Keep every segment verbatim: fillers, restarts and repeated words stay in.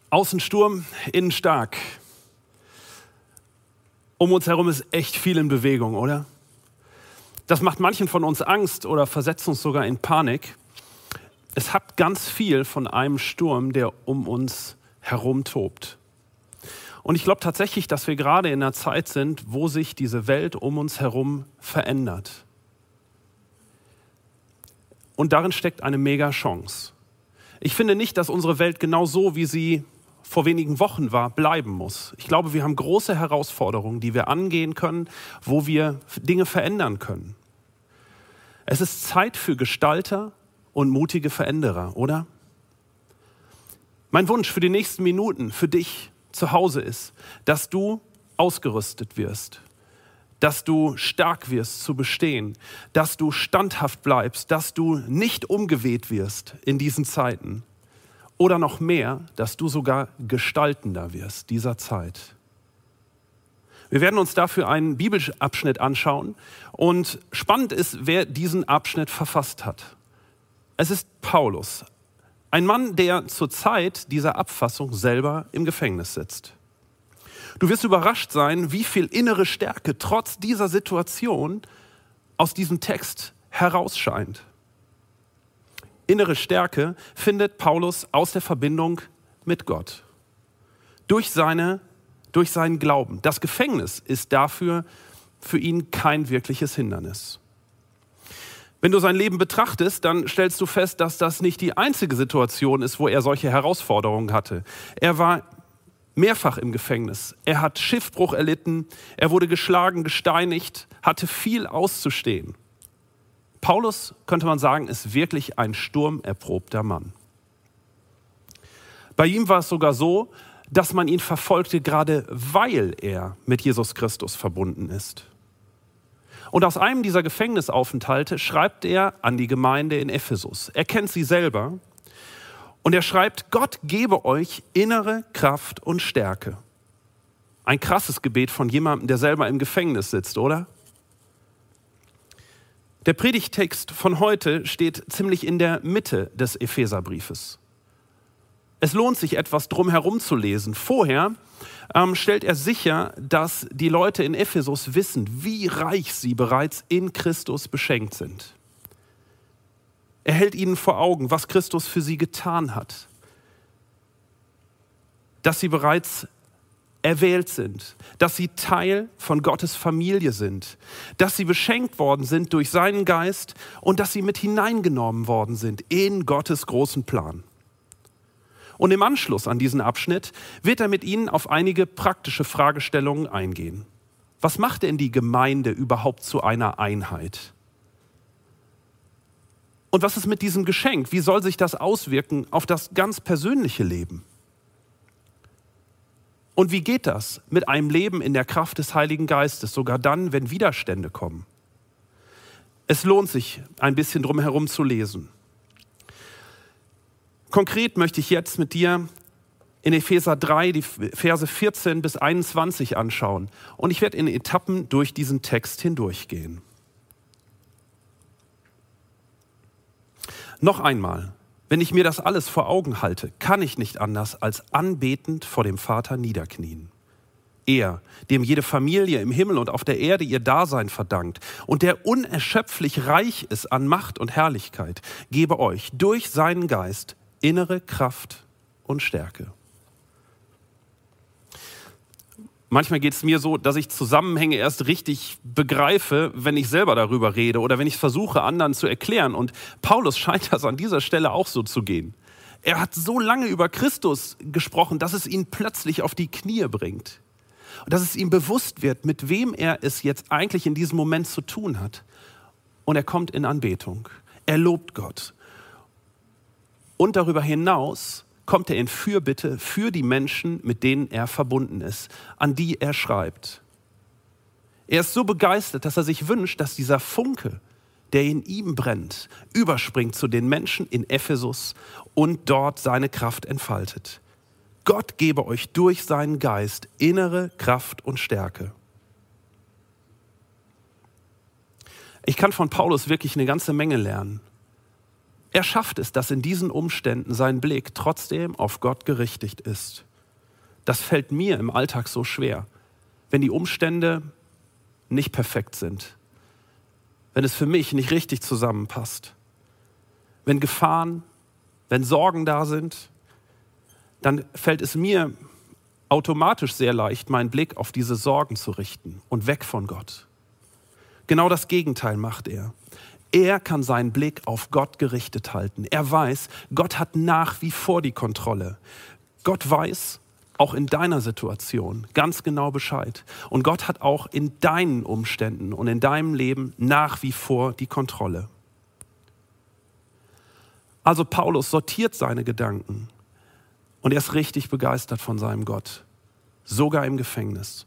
Außen Sturm, innen stark. Um uns herum ist echt viel in Bewegung, oder? Das macht manchen von uns Angst oder versetzt uns sogar in Panik. Es hat ganz viel von einem Sturm, der um uns herum tobt. Und ich glaube tatsächlich, dass wir gerade in einer Zeit sind, wo sich diese Welt um uns herum verändert. Und darin steckt eine mega Chance. Ich finde nicht, dass unsere Welt genau so, wie sie vor wenigen Wochen war, bleiben muss. Ich glaube, wir haben große Herausforderungen, die wir angehen können, wo wir Dinge verändern können. Es ist Zeit für Gestalter und mutige Veränderer, oder? Mein Wunsch für die nächsten Minuten für dich zu Hause ist, dass du ausgerüstet wirst, dass du stark wirst zu bestehen, dass du standhaft bleibst, dass du nicht umgeweht wirst in diesen Zeiten. Oder noch mehr, dass du sogar gestaltender wirst dieser Zeit. Wir werden uns dafür einen Bibelabschnitt anschauen und spannend ist, wer diesen Abschnitt verfasst hat. Es ist Paulus, ein Mann, der zur Zeit dieser Abfassung selber im Gefängnis sitzt. Du wirst überrascht sein, wie viel innere Stärke trotz dieser Situation aus diesem Text herausscheint. Innere Stärke findet Paulus aus der Verbindung mit Gott. Durch, seine, durch seinen Glauben. Das Gefängnis ist dafür für ihn kein wirkliches Hindernis. Wenn du sein Leben betrachtest, dann stellst du fest, dass das nicht die einzige Situation ist, wo er solche Herausforderungen hatte. Er war mehrfach im Gefängnis. Er hat Schiffbruch erlitten, er wurde geschlagen, gesteinigt, hatte viel auszustehen. Paulus, könnte man sagen, ist wirklich ein sturmerprobter Mann. Bei ihm war es sogar so, dass man ihn verfolgte, gerade weil er mit Jesus Christus verbunden ist. Und aus einem dieser Gefängnisaufenthalte schreibt er an die Gemeinde in Ephesus. Er kennt sie selber und er schreibt, Gott gebe euch innere Kraft und Stärke. Ein krasses Gebet von jemandem, der selber im Gefängnis sitzt, oder? Der Predigttext von heute steht ziemlich in der Mitte des Epheserbriefes. Es lohnt sich, etwas drumherum zu lesen. Vorher ähm, stellt er sicher, dass die Leute in Ephesus wissen, wie reich sie bereits in Christus beschenkt sind. Er hält ihnen vor Augen, was Christus für sie getan hat. Dass sie bereits erwählt sind, dass sie Teil von Gottes Familie sind, dass sie beschenkt worden sind durch seinen Geist und dass sie mit hineingenommen worden sind in Gottes großen Plan. Und im Anschluss an diesen Abschnitt wird er mit ihnen auf einige praktische Fragestellungen eingehen. Was macht denn die Gemeinde überhaupt zu einer Einheit? Und was ist mit diesem Geschenk? Wie soll sich das auswirken auf das ganz persönliche Leben? Und wie geht das mit einem Leben in der Kraft des Heiligen Geistes, sogar dann, wenn Widerstände kommen? Es lohnt sich, ein bisschen drum herum zu lesen. Konkret möchte ich jetzt mit dir in Epheser drei die Verse vierzehn bis einundzwanzig anschauen. Und ich werde in Etappen durch diesen Text hindurchgehen. Noch einmal. Wenn ich mir das alles vor Augen halte, kann ich nicht anders als anbetend vor dem Vater niederknien. Er, dem jede Familie im Himmel und auf der Erde ihr Dasein verdankt und der unerschöpflich reich ist an Macht und Herrlichkeit, gebe euch durch seinen Geist innere Kraft und Stärke. Manchmal geht es mir so, dass ich Zusammenhänge erst richtig begreife, wenn ich selber darüber rede oder wenn ich versuche, anderen zu erklären. Und Paulus scheint das an dieser Stelle auch so zu gehen. Er hat so lange über Christus gesprochen, dass es ihn plötzlich auf die Knie bringt. Und dass es ihm bewusst wird, mit wem er es jetzt eigentlich in diesem Moment zu tun hat. Und er kommt in Anbetung. Er lobt Gott. Und darüber hinaus kommt er in Fürbitte für die Menschen, mit denen er verbunden ist, an die er schreibt. Er ist so begeistert, dass er sich wünscht, dass dieser Funke, der in ihm brennt, überspringt zu den Menschen in Ephesus und dort seine Kraft entfaltet. Gott gebe euch durch seinen Geist innere Kraft und Stärke. Ich kann von Paulus wirklich eine ganze Menge lernen. Er schafft es, dass in diesen Umständen sein Blick trotzdem auf Gott gerichtet ist. Das fällt mir im Alltag so schwer, wenn die Umstände nicht perfekt sind, wenn es für mich nicht richtig zusammenpasst, wenn Gefahren, wenn Sorgen da sind, dann fällt es mir automatisch sehr leicht, meinen Blick auf diese Sorgen zu richten und weg von Gott. Genau das Gegenteil macht er. Er kann seinen Blick auf Gott gerichtet halten. Er weiß, Gott hat nach wie vor die Kontrolle. Gott weiß auch in deiner Situation ganz genau Bescheid. Und Gott hat auch in deinen Umständen und in deinem Leben nach wie vor die Kontrolle. Also Paulus sortiert seine Gedanken und er ist richtig begeistert von seinem Gott, sogar im Gefängnis.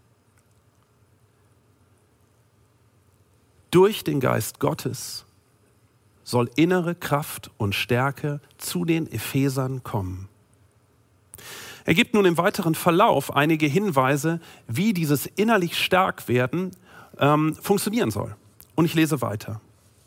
Durch den Geist Gottes soll innere Kraft und Stärke zu den Ephesern kommen. Er gibt nun im weiteren Verlauf einige Hinweise, wie dieses innerlich stark werden ähm, funktionieren soll. Und ich lese weiter.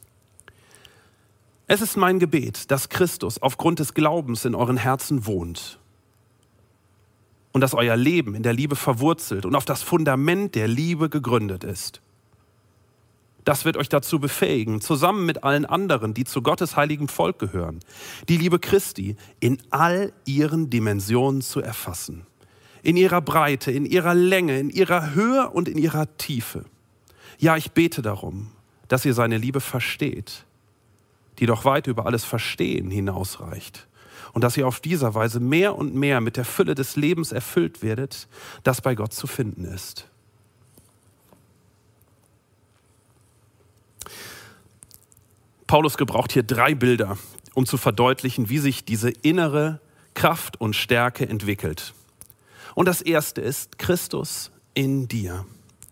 Es ist mein Gebet, dass Christus aufgrund des Glaubens in euren Herzen wohnt und dass euer Leben in der Liebe verwurzelt und auf das Fundament der Liebe gegründet ist. Das wird euch dazu befähigen, zusammen mit allen anderen, die zu Gottes heiligem Volk gehören, die Liebe Christi in all ihren Dimensionen zu erfassen. In ihrer Breite, in ihrer Länge, in ihrer Höhe und in ihrer Tiefe. Ja, ich bete darum, dass ihr seine Liebe versteht, die doch weit über alles Verstehen hinausreicht. Und dass ihr auf dieser Weise mehr und mehr mit der Fülle des Lebens erfüllt werdet, das bei Gott zu finden ist. Paulus gebraucht hier drei Bilder, um zu verdeutlichen, wie sich diese innere Kraft und Stärke entwickelt. Und das erste ist Christus in dir.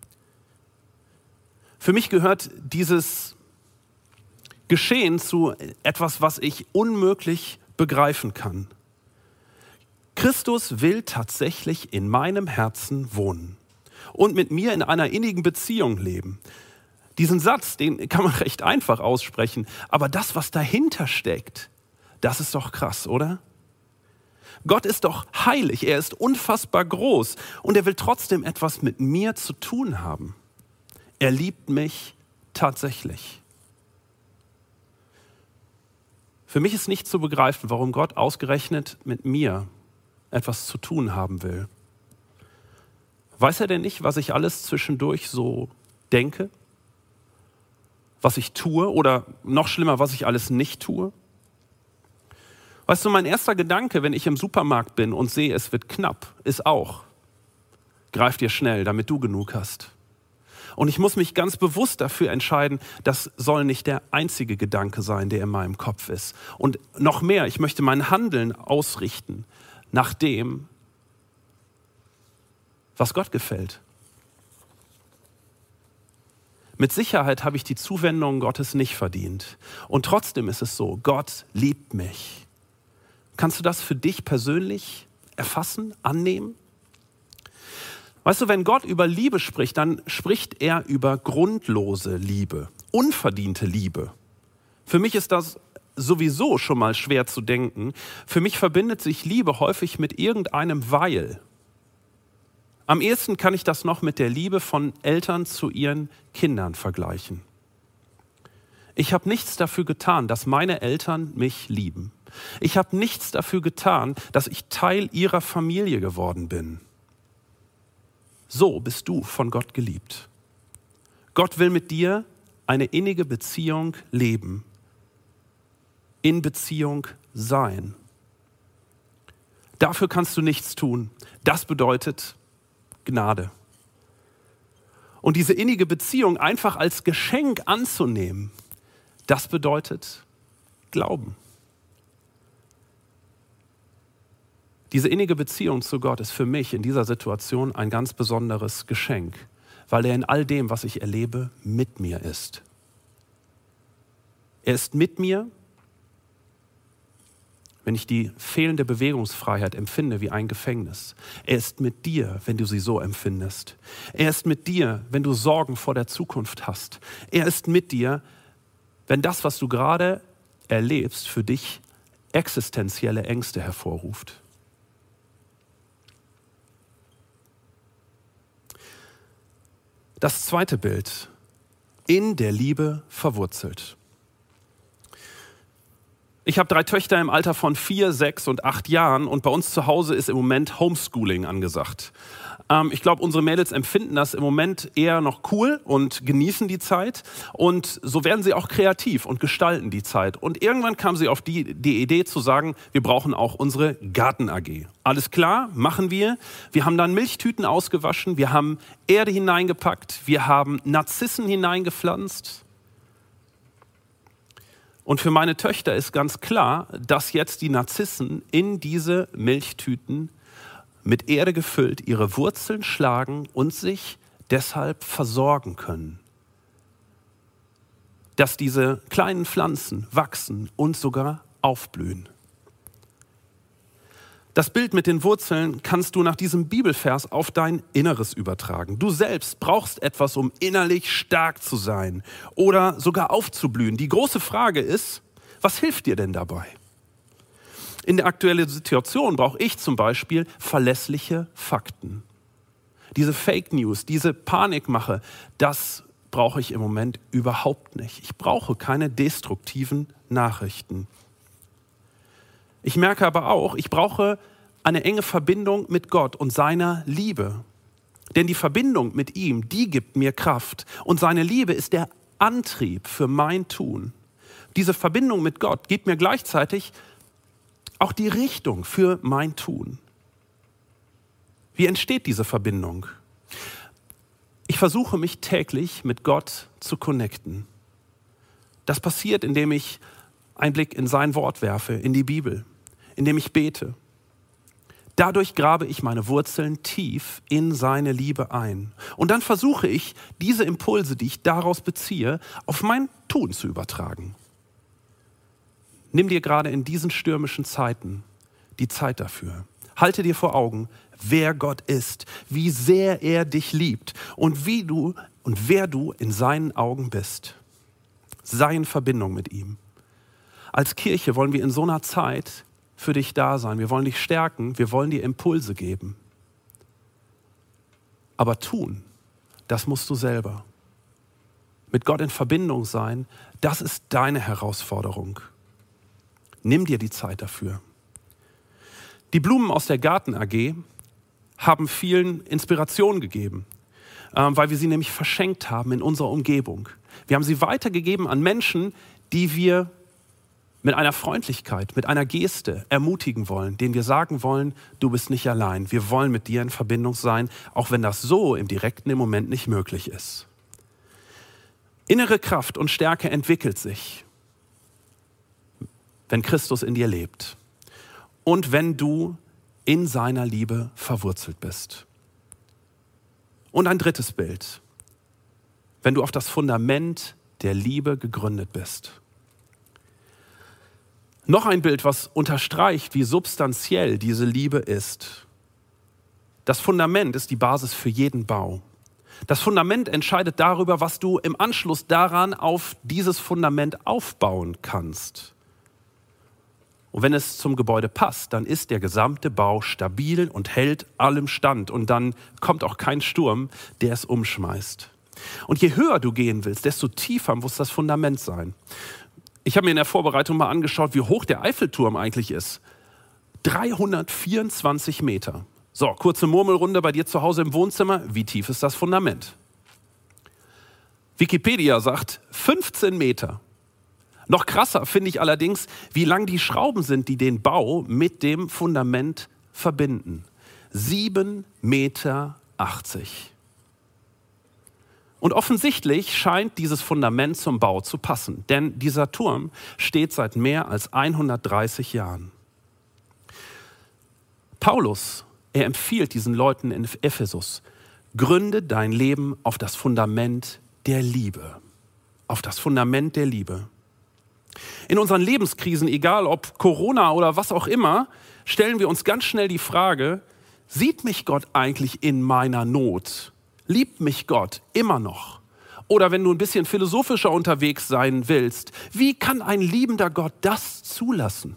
Für mich gehört dieses Geschehen zu etwas, was ich unmöglich begreifen kann. Christus will tatsächlich in meinem Herzen wohnen und mit mir in einer innigen Beziehung leben. Diesen Satz, den kann man recht einfach aussprechen, aber das, was dahinter steckt, das ist doch krass, oder? Gott ist doch heilig, er ist unfassbar groß und er will trotzdem etwas mit mir zu tun haben. Er liebt mich tatsächlich. Für mich ist nicht zu begreifen, warum Gott ausgerechnet mit mir etwas zu tun haben will. Weiß er denn nicht, was ich alles zwischendurch so denke? Was ich tue oder noch schlimmer, was ich alles nicht tue? Weißt du, mein erster Gedanke, wenn ich im Supermarkt bin und sehe, es wird knapp, ist auch, greif dir schnell, damit du genug hast. Und ich muss mich ganz bewusst dafür entscheiden, das soll nicht der einzige Gedanke sein, der in meinem Kopf ist. Und noch mehr, ich möchte mein Handeln ausrichten nach dem, was Gott gefällt. Mit Sicherheit habe ich die Zuwendung Gottes nicht verdient. Und trotzdem ist es so, Gott liebt mich. Kannst du das für dich persönlich erfassen, annehmen? Weißt du, wenn Gott über Liebe spricht, dann spricht er über grundlose Liebe, unverdiente Liebe. Für mich ist das sowieso schon mal schwer zu denken. Für mich verbindet sich Liebe häufig mit irgendeinem Weil. Am ehesten kann ich das noch mit der Liebe von Eltern zu ihren Kindern vergleichen. Ich habe nichts dafür getan, dass meine Eltern mich lieben. Ich habe nichts dafür getan, dass ich Teil ihrer Familie geworden bin. So bist du von Gott geliebt. Gott will mit dir eine innige Beziehung leben, in Beziehung sein. Dafür kannst du nichts tun. Das bedeutet Gnade. Und diese innige Beziehung einfach als Geschenk anzunehmen, das bedeutet Glauben. Diese innige Beziehung zu Gott ist für mich in dieser Situation ein ganz besonderes Geschenk, weil er in all dem, was ich erlebe, mit mir ist. Er ist mit mir, wenn ich die fehlende Bewegungsfreiheit empfinde wie ein Gefängnis. Er ist mit dir, wenn du sie so empfindest. Er ist mit dir, wenn du Sorgen vor der Zukunft hast. Er ist mit dir, wenn das, was du gerade erlebst, für dich existenzielle Ängste hervorruft. Das zweite Bild, in der Liebe verwurzelt. Ich habe drei Töchter im Alter von vier, sechs und acht Jahren und bei uns zu Hause ist im Moment Homeschooling angesagt. Ähm, ich glaube, unsere Mädels empfinden das im Moment eher noch cool und genießen die Zeit und so werden sie auch kreativ und gestalten die Zeit. Und irgendwann kam sie auf die, die Idee zu sagen, wir brauchen auch unsere Garten-A G. Alles klar, machen wir. Wir haben dann Milchtüten ausgewaschen, wir haben Erde hineingepackt, wir haben Narzissen hineingepflanzt. Und für meine Töchter ist ganz klar, dass jetzt die Narzissen in diese Milchtüten mit Erde gefüllt ihre Wurzeln schlagen und sich deshalb versorgen können. Dass diese kleinen Pflanzen wachsen und sogar aufblühen. Das Bild mit den Wurzeln kannst du nach diesem Bibelvers auf dein Inneres übertragen. Du selbst brauchst etwas, um innerlich stark zu sein oder sogar aufzublühen. Die große Frage ist, was hilft dir denn dabei? In der aktuellen Situation brauche ich zum Beispiel verlässliche Fakten. Diese Fake News, diese Panikmache, das brauche ich im Moment überhaupt nicht. Ich brauche keine destruktiven Nachrichten. Ich merke aber auch, ich brauche eine enge Verbindung mit Gott und seiner Liebe. Denn die Verbindung mit ihm, die gibt mir Kraft. Und seine Liebe ist der Antrieb für mein Tun. Diese Verbindung mit Gott gibt mir gleichzeitig auch die Richtung für mein Tun. Wie entsteht diese Verbindung? Ich versuche mich täglich mit Gott zu connecten. Das passiert, indem ich einen Blick in sein Wort werfe, in die Bibel, indem ich bete. Dadurch grabe ich meine Wurzeln tief in seine Liebe ein. Und dann versuche ich, diese Impulse, die ich daraus beziehe, auf mein Tun zu übertragen. Nimm dir gerade in diesen stürmischen Zeiten die Zeit dafür. Halte dir vor Augen, wer Gott ist, wie sehr er dich liebt und wie du und wer du in seinen Augen bist. Sei in Verbindung mit ihm. Als Kirche wollen wir in so einer Zeit für dich da sein. Wir wollen dich stärken, wir wollen dir Impulse geben. Aber tun, das musst du selber. Mit Gott in Verbindung sein, das ist deine Herausforderung. Nimm dir die Zeit dafür. Die Blumen aus der Garten-A G haben vielen Inspiration gegeben, weil wir sie nämlich verschenkt haben in unserer Umgebung. Wir haben sie weitergegeben an Menschen, die wir mit einer Freundlichkeit, mit einer Geste ermutigen wollen, denen wir sagen wollen, du bist nicht allein. Wir wollen mit dir in Verbindung sein, auch wenn das so im Direkten im Moment nicht möglich ist. Innere Kraft und Stärke entwickelt sich, wenn Christus in dir lebt und wenn du in seiner Liebe verwurzelt bist. Und ein drittes Bild, wenn du auf das Fundament der Liebe gegründet bist. Noch ein Bild, was unterstreicht, wie substanziell diese Liebe ist. Das Fundament ist die Basis für jeden Bau. Das Fundament entscheidet darüber, was du im Anschluss daran auf dieses Fundament aufbauen kannst. Und wenn es zum Gebäude passt, dann ist der gesamte Bau stabil und hält allem stand. Und dann kommt auch kein Sturm, der es umschmeißt. Und je höher du gehen willst, desto tiefer muss das Fundament sein. Ich habe mir in der Vorbereitung mal angeschaut, wie hoch der Eiffelturm eigentlich ist. dreihundertvierundzwanzig Meter. So, kurze Murmelrunde bei dir zu Hause im Wohnzimmer. Wie tief ist das Fundament? Wikipedia sagt fünfzehn Meter. Noch krasser finde ich allerdings, wie lang die Schrauben sind, die den Bau mit dem Fundament verbinden. sieben Meter achtzig. Und offensichtlich scheint dieses Fundament zum Bau zu passen, denn dieser Turm steht seit mehr als hundertdreißig Jahren. Paulus, er empfiehlt diesen Leuten in Ephesus, gründe dein Leben auf das Fundament der Liebe. Auf das Fundament der Liebe. In unseren Lebenskrisen, egal ob Corona oder was auch immer, stellen wir uns ganz schnell die Frage, sieht mich Gott eigentlich in meiner Not? Liebt mich Gott immer noch? Oder wenn du ein bisschen philosophischer unterwegs sein willst, wie kann ein liebender Gott das zulassen?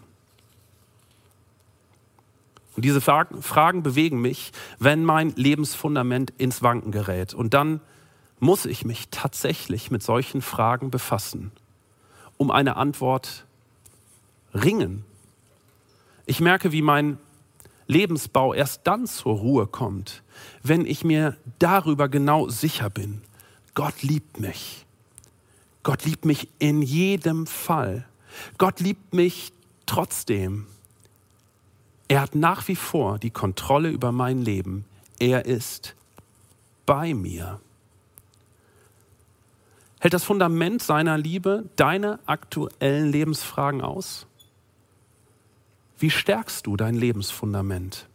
Und diese Fragen, Fragen bewegen mich, wenn mein Lebensfundament ins Wanken gerät. Und dann muss ich mich tatsächlich mit solchen Fragen befassen, um eine Antwort ringen. Ich merke, wie mein Lebensbau erst dann zur Ruhe kommt, wenn ich mir darüber genau sicher bin. Gott liebt mich. Gott liebt mich in jedem Fall. Gott liebt mich trotzdem. Er hat nach wie vor die Kontrolle über mein Leben. Er ist bei mir. Hält das Fundament seiner Liebe deine aktuellen Lebensfragen aus? Wie stärkst du dein Lebensfundament?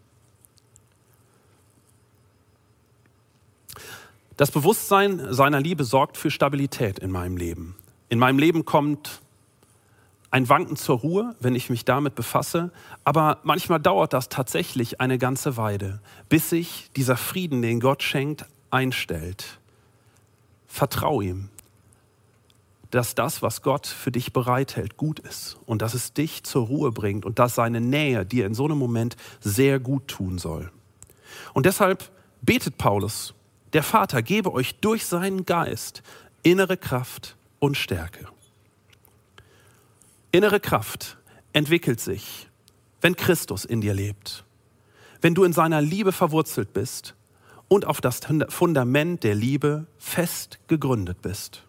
Das Bewusstsein seiner Liebe sorgt für Stabilität in meinem Leben. In meinem Leben kommt ein Wanken zur Ruhe, wenn ich mich damit befasse, aber manchmal dauert das tatsächlich eine ganze Weile, bis sich dieser Frieden, den Gott schenkt, einstellt. Vertrau ihm, dass das, was Gott für dich bereithält, gut ist und dass es dich zur Ruhe bringt und dass seine Nähe dir in so einem Moment sehr gut tun soll. Und deshalb betet Paulus: Der Vater gebe euch durch seinen Geist innere Kraft und Stärke. Innere Kraft entwickelt sich, wenn Christus in dir lebt, wenn du in seiner Liebe verwurzelt bist und auf das Fundament der Liebe fest gegründet bist.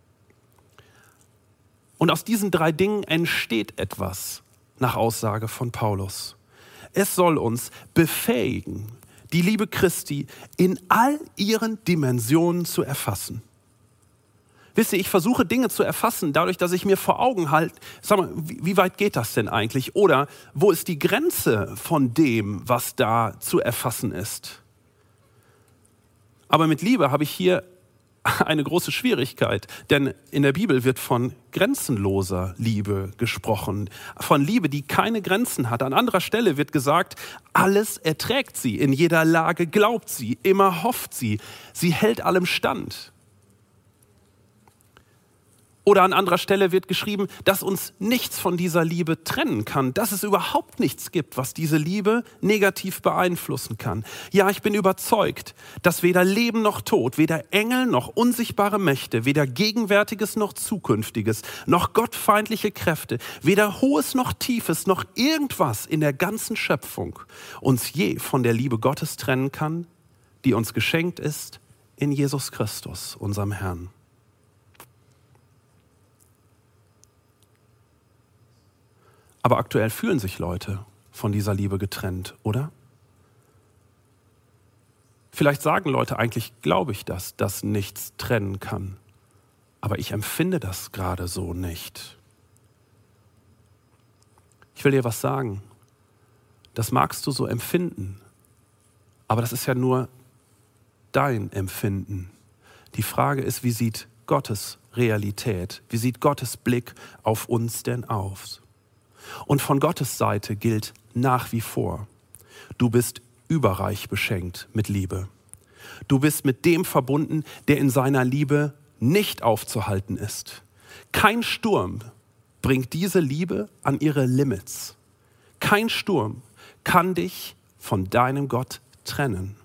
Und aus diesen drei Dingen entsteht etwas, nach Aussage von Paulus. Es soll uns befähigen, die Liebe Christi in all ihren Dimensionen zu erfassen. Wisst ihr, ich versuche Dinge zu erfassen, dadurch, dass ich mir vor Augen halte, sag mal, wie, wie weit geht das denn eigentlich? Oder wo ist die Grenze von dem, was da zu erfassen ist? Aber mit Liebe habe ich hier eine große Schwierigkeit, denn in der Bibel wird von grenzenloser Liebe gesprochen, von Liebe, die keine Grenzen hat. An anderer Stelle wird gesagt, alles erträgt sie, in jeder Lage glaubt sie, immer hofft sie, sie hält allem stand. Oder an anderer Stelle wird geschrieben, dass uns nichts von dieser Liebe trennen kann, dass es überhaupt nichts gibt, was diese Liebe negativ beeinflussen kann. Ja, ich bin überzeugt, dass weder Leben noch Tod, weder Engel noch unsichtbare Mächte, weder Gegenwärtiges noch Zukünftiges, noch gottfeindliche Kräfte, weder Hohes noch Tiefes, noch irgendwas in der ganzen Schöpfung uns je von der Liebe Gottes trennen kann, die uns geschenkt ist in Jesus Christus, unserem Herrn. Aber aktuell fühlen sich Leute von dieser Liebe getrennt, oder? Vielleicht sagen Leute, eigentlich glaube ich das, dass nichts trennen kann. Aber ich empfinde das gerade so nicht. Ich will dir was sagen. Das magst du so empfinden. Aber das ist ja nur dein Empfinden. Die Frage ist, wie sieht Gottes Realität, wie sieht Gottes Blick auf uns denn aus? Und von Gottes Seite gilt nach wie vor, du bist überreich beschenkt mit Liebe. Du bist mit dem verbunden, der in seiner Liebe nicht aufzuhalten ist. Kein Sturm bringt diese Liebe an ihre Limits. Kein Sturm kann dich von deinem Gott trennen.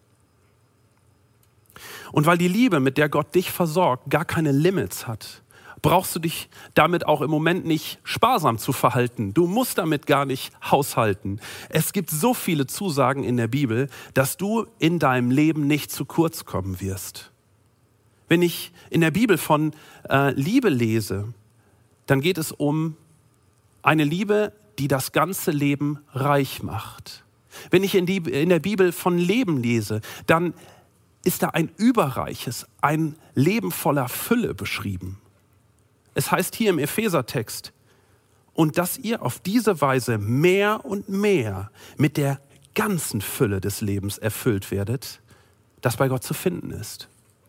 Und weil die Liebe, mit der Gott dich versorgt, gar keine Limits hat, brauchst du dich damit auch im Moment nicht sparsam zu verhalten. Du musst damit gar nicht haushalten. Es gibt so viele Zusagen in der Bibel, dass du in deinem Leben nicht zu kurz kommen wirst. Wenn ich in der Bibel von äh, Liebe lese, dann geht es um eine Liebe, die das ganze Leben reich macht. Wenn ich in, die, in der Bibel von Leben lese, dann ist da ein überreiches, ein Leben voller Fülle beschrieben. Es heißt hier im Ephesertext, und dass ihr auf diese Weise mehr und mehr mit der ganzen Fülle des Lebens erfüllt werdet, das bei Gott zu finden ist.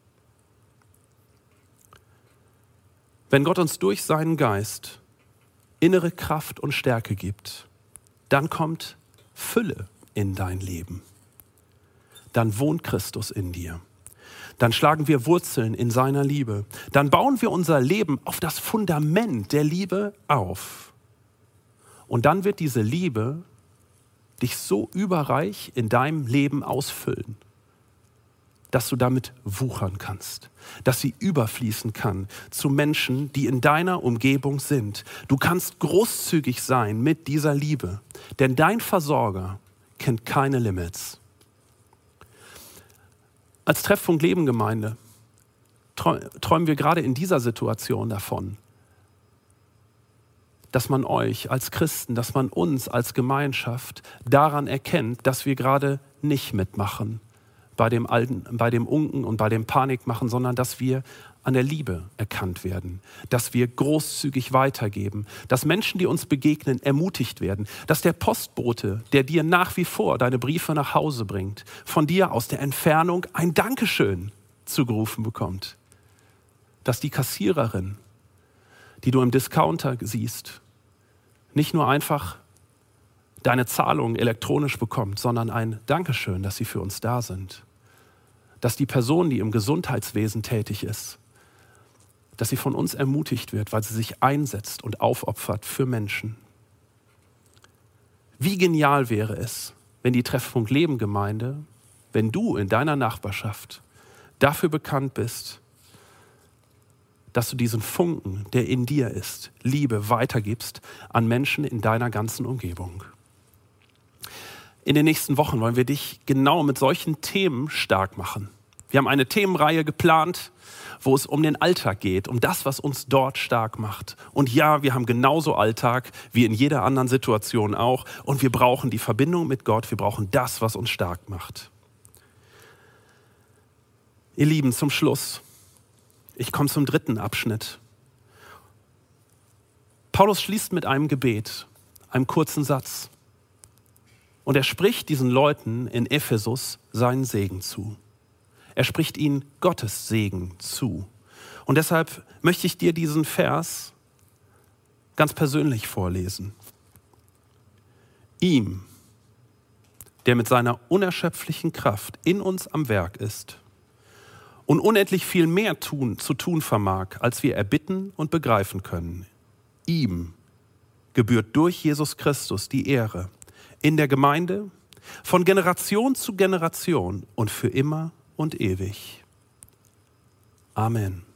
Wenn Gott uns durch seinen Geist innere Kraft und Stärke gibt, dann kommt Fülle in dein Leben. Dann wohnt Christus in dir. dann schlagen wir Wurzeln in seiner Liebe. Dann bauen wir unser Leben auf das Fundament der Liebe auf. Und dann wird diese Liebe dich so überreich in deinem Leben ausfüllen, dass du damit wuchern kannst, dass sie überfließen kann zu Menschen, die in deiner Umgebung sind. Du kannst großzügig sein mit dieser Liebe, denn dein Versorger kennt keine Limits. Als Treffpunkt Leben Gemeinde träumen wir gerade in dieser Situation davon, dass man euch als Christen, dass man uns als Gemeinschaft daran erkennt, dass wir gerade nicht mitmachen bei dem Alten, bei dem Unken und bei dem Panikmachen, sondern dass wir an der Liebe erkannt werden, dass wir großzügig weitergeben, dass Menschen, die uns begegnen, ermutigt werden, dass der Postbote, der dir nach wie vor deine Briefe nach Hause bringt, von dir aus der Entfernung ein Dankeschön zugerufen bekommt, dass die Kassiererin, die du im Discounter siehst, nicht nur einfach deine Zahlung elektronisch bekommt, sondern ein Dankeschön, dass sie für uns da sind. Dass die Person, die im Gesundheitswesen tätig ist, dass sie von uns ermutigt wird, weil sie sich einsetzt und aufopfert für Menschen. Wie genial wäre es, wenn die Treffpunkt Leben Gemeinde, wenn du in deiner Nachbarschaft dafür bekannt bist, dass du diesen Funken, der in dir ist, Liebe weitergibst an Menschen in deiner ganzen Umgebung. In den nächsten Wochen wollen wir dich genau mit solchen Themen stark machen. Wir haben eine Themenreihe geplant, wo es um den Alltag geht, um das, was uns dort stark macht. Und ja, wir haben genauso Alltag wie in jeder anderen Situation auch. Und wir brauchen die Verbindung mit Gott, wir brauchen das, was uns stark macht. Ihr Lieben, zum Schluss, ich komme zum dritten Abschnitt. Paulus schließt mit einem Gebet, einem kurzen Satz. Und er spricht diesen Leuten in Ephesus seinen Segen zu. Er spricht ihnen Gottes Segen zu. Und deshalb möchte ich dir diesen Vers ganz persönlich vorlesen. Ihm, der mit seiner unerschöpflichen Kraft in uns am Werk ist und unendlich viel mehr tun, zu tun vermag, als wir erbitten und begreifen können. Ihm gebührt durch Jesus Christus die Ehre in der Gemeinde, von Generation zu Generation und für immer und ewig. Amen.